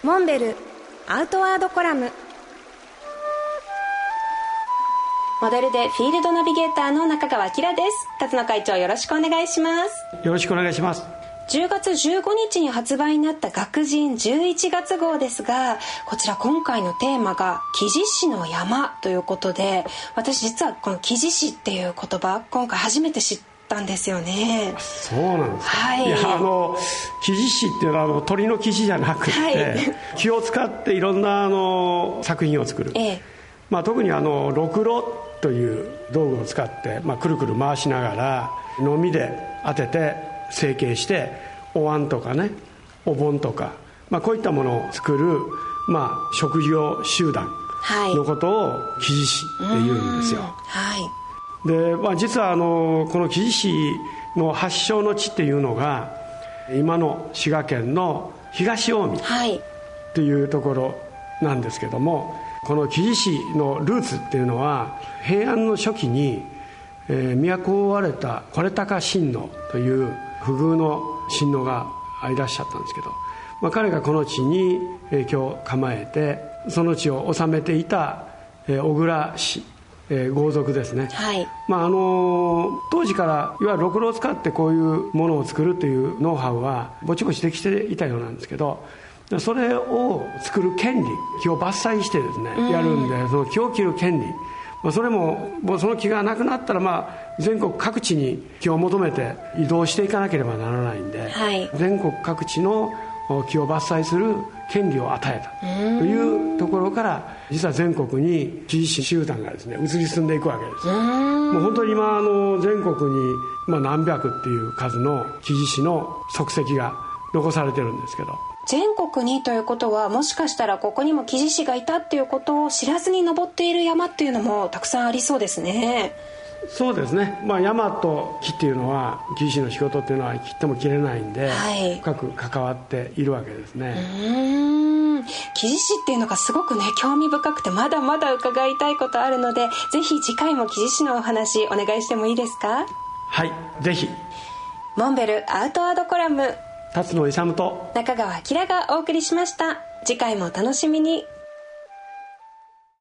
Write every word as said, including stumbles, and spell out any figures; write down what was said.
モンベルアウトワードコラム。モデルでフィールドナビゲーターの中川明です。辰野会長、よろしくお願いします。 よろしくお願いします。 じゅうがつじゅうごにちに発売になった学人じゅういちがつ号ですが、こちら今回のテーマが木地師の山ということで、私実はこの木地師っていう言葉今回初めて知ったんですよね。 そうなんですか。 はい、 いやあの木地師っていうのはあの鳥の木地じゃなくて、はい、木を使っていろんなあの作品を作る、ええまあ、特にあのろくろという道具を使って、まあ、くるくる回しながらのみで当てて成形してお椀とかねお盆とか、まあ、こういったものを作る、まあ、職業集団のことを木地師って言うんですよ。はいでまあ、実はあのこの木地師の発祥の地っていうのが今の滋賀県の東近江というところなんですけども、この木地師のルーツっていうのは平安の初期に、えー、都を追われた惟高親王という不遇の親王がいらっしゃったんですけど、まあ、彼がこの地に居を構えてその地を治めていた、えー、小倉氏、えー、豪族ですね、はいまああのー、当時からいわゆるろくろを使ってこういうものを作るというノウハウはぼちぼちできていたようなんですけど、それを作る権利、木を伐採してですね、うん、やるんで、その木を切る権利、まあ、それももうその木がなくなったら、まあ、全国各地に木を求めて移動していかなければならないんで、はい、全国各地の木を伐採する権利を与えたというところから、実は全国に木地師集団がですね移り住んでいくわけです。もう本当に今あの全国に、まあ、何百っていう数の木地師の足跡が残されてるんですけど、 全国にということは、もしかしたらここにも木地師がいたっていうことを知らずに登っている山っていうのもたくさんありそうですね。 そうですね、まあ、山と木っていうのは木地師の仕事っていうのは切っても切れないんで、はい、深く関わっているわけですね。 うーん木地師っていうのがすごくね興味深くて、まだまだ伺いたいことあるので、ぜひ次回も木地師のお話お願いしてもいいですか？ はい、ぜひ。 モンベルアウトワードコラム、 辰野勇と中川明がお送りしました。次回もお楽しみに。